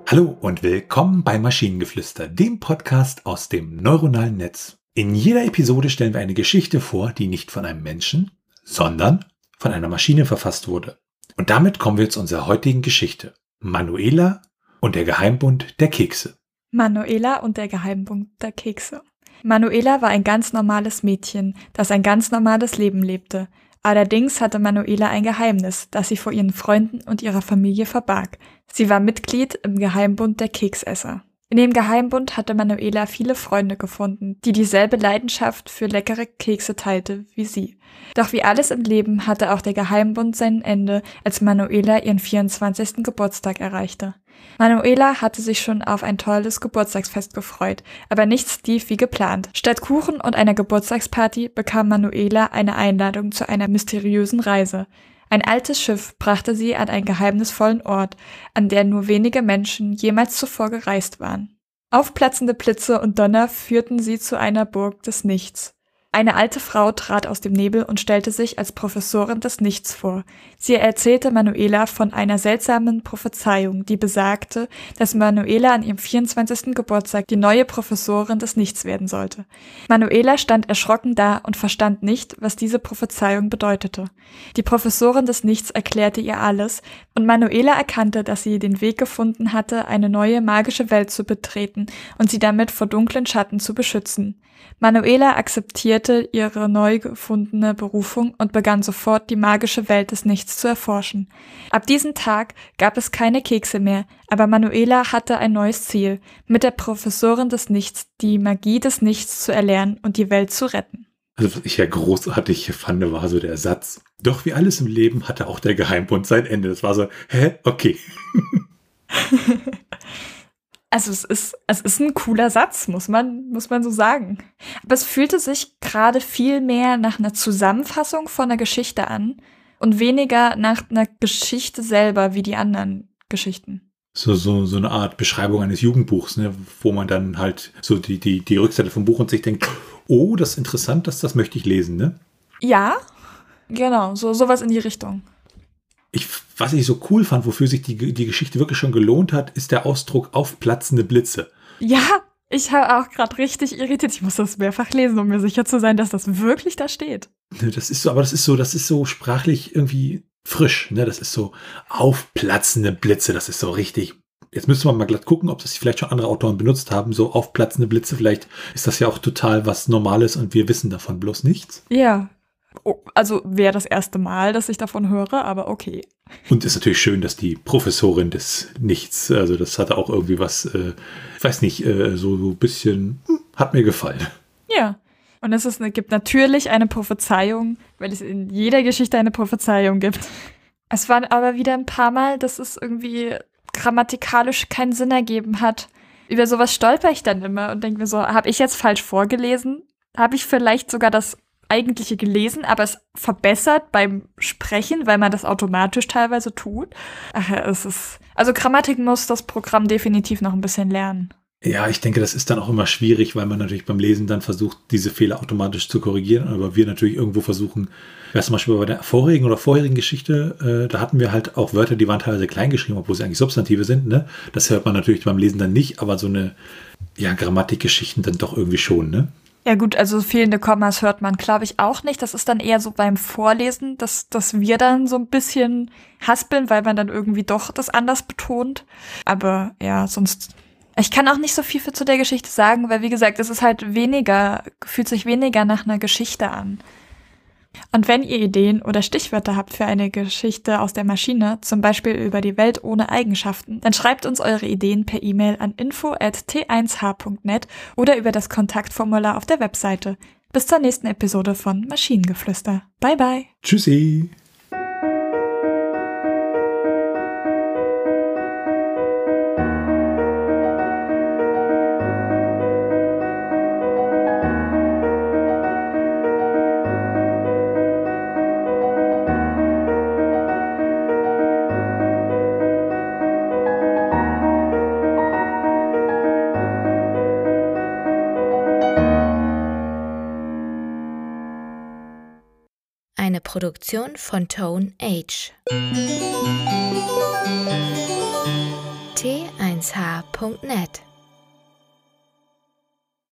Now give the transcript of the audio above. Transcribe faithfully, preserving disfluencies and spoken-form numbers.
Hallo und willkommen bei Maschinengeflüster, dem Podcast aus dem neuronalen Netz. In jeder Episode stellen wir eine Geschichte vor, die nicht von einem Menschen, sondern von einer Maschine verfasst wurde. Und damit kommen wir zu unserer heutigen Geschichte. Manuela und der Geheimbund der Kekse. Manuela und der Geheimbund der Kekse. Manuela war ein ganz normales Mädchen, das ein ganz normales Leben lebte. Allerdings hatte Manuela ein Geheimnis, das sie vor ihren Freunden und ihrer Familie verbarg. Sie war Mitglied im Geheimbund der Keksesser. In dem Geheimbund hatte Manuela viele Freunde gefunden, die dieselbe Leidenschaft für leckere Kekse teilte wie sie. Doch wie alles im Leben hatte auch der Geheimbund sein Ende, als Manuela ihren vierundzwanzigsten Geburtstag erreichte. Manuela hatte sich schon auf ein tolles Geburtstagsfest gefreut, aber nichts lief wie geplant. Statt Kuchen und einer Geburtstagsparty bekam Manuela eine Einladung zu einer mysteriösen Reise. Ein altes Schiff brachte sie an einen geheimnisvollen Ort, an der nur wenige Menschen jemals zuvor gereist waren. Aufplatzende Blitze und Donner führten sie zu einer Burg des Nichts. Eine alte Frau trat aus dem Nebel und stellte sich als Professorin des Nichts vor. Sie erzählte Manuela von einer seltsamen Prophezeiung, die besagte, dass Manuela an ihrem vierundzwanzigsten Geburtstag die neue Professorin des Nichts werden sollte. Manuela stand erschrocken da und verstand nicht, was diese Prophezeiung bedeutete. Die Professorin des Nichts erklärte ihr alles, und Manuela erkannte, dass sie den Weg gefunden hatte, eine neue magische Welt zu betreten und sie damit vor dunklen Schatten zu beschützen. Manuela akzeptierte ihre neu gefundene Berufung und begann sofort, die magische Welt des Nichts zu erforschen. Ab diesem Tag gab es keine Kekse mehr, aber Manuela hatte ein neues Ziel, mit der Professorin des Nichts die Magie des Nichts zu erlernen und die Welt zu retten. Also was ich ja großartig fand, war so der Satz. Doch wie alles im Leben hatte auch der Geheimbund sein Ende. Das war so, hä? Okay. Also es ist, es ist ein cooler Satz, muss man, muss man so sagen. Aber es fühlte sich gerade viel mehr nach einer Zusammenfassung von einer Geschichte an und weniger nach einer Geschichte selber wie die anderen Geschichten. So, so, so eine Art Beschreibung eines Jugendbuchs, ne, wo man dann halt so die, die, die Rückseite vom Buch und sich denkt, oh, das ist interessant, das, das möchte ich lesen, ne? Ja, genau, so sowas in die Richtung. Ich, was ich so cool fand, wofür sich die, die Geschichte wirklich schon gelohnt hat, ist der Ausdruck aufplatzende Blitze. Ja, ich habe auch gerade richtig irritiert. Ich muss das mehrfach lesen, um mir sicher zu sein, dass das wirklich da steht. Das ist so, aber das ist so, das ist so sprachlich irgendwie frisch, ne? Das ist so aufplatzende Blitze, das ist so richtig. Jetzt müsste man mal glatt gucken, ob das vielleicht schon andere Autoren benutzt haben, so aufplatzende Blitze. Vielleicht ist das ja auch total was Normales und wir wissen davon bloß nichts. Ja. Oh, also wäre das erste Mal, dass ich davon höre, aber okay. Und ist natürlich schön, dass die Professorin des Nichts, also das hatte auch irgendwie was, äh, ich weiß nicht, äh, so ein bisschen, hm, hat mir gefallen. Ja, und es ist, gibt natürlich eine Prophezeiung, weil es in jeder Geschichte eine Prophezeiung gibt. Es waren aber wieder ein paar Mal, dass es irgendwie grammatikalisch keinen Sinn ergeben hat. Über sowas stolper ich dann immer und denke mir so, habe ich jetzt falsch vorgelesen? Habe ich vielleicht sogar das eigentliche gelesen, aber es verbessert beim Sprechen, weil man das automatisch teilweise tut. Ach, es ist, also Grammatik muss das Programm definitiv noch ein bisschen lernen. Ja, ich denke, das ist dann auch immer schwierig, weil man natürlich beim Lesen dann versucht, diese Fehler automatisch zu korrigieren, aber wir natürlich irgendwo versuchen, ja, zum Beispiel bei der vorigen oder vorherigen Geschichte, äh, da hatten wir halt auch Wörter, die waren teilweise klein geschrieben, obwohl sie eigentlich Substantive sind, ne? Das hört man natürlich beim Lesen dann nicht, aber so eine, ja, Grammatikgeschichten dann doch irgendwie schon, ne? Ja gut, also fehlende Kommas hört man, glaube ich, auch nicht. Das ist dann eher so beim Vorlesen, dass, dass wir dann so ein bisschen haspeln, weil man dann irgendwie doch das anders betont. Aber ja, sonst, ich kann auch nicht so viel für zu der Geschichte sagen, weil wie gesagt, es ist halt weniger, fühlt sich weniger nach einer Geschichte an. Und wenn ihr Ideen oder Stichwörter habt für eine Geschichte aus der Maschine, zum Beispiel über die Welt ohne Eigenschaften, dann schreibt uns eure Ideen per E-Mail an info at t eins h punkt net oder über das Kontaktformular auf der Webseite. Bis zur nächsten Episode von Maschinengeflüster. Bye bye. Tschüssi. Eine Produktion von Tone Age. t eins h punkt net.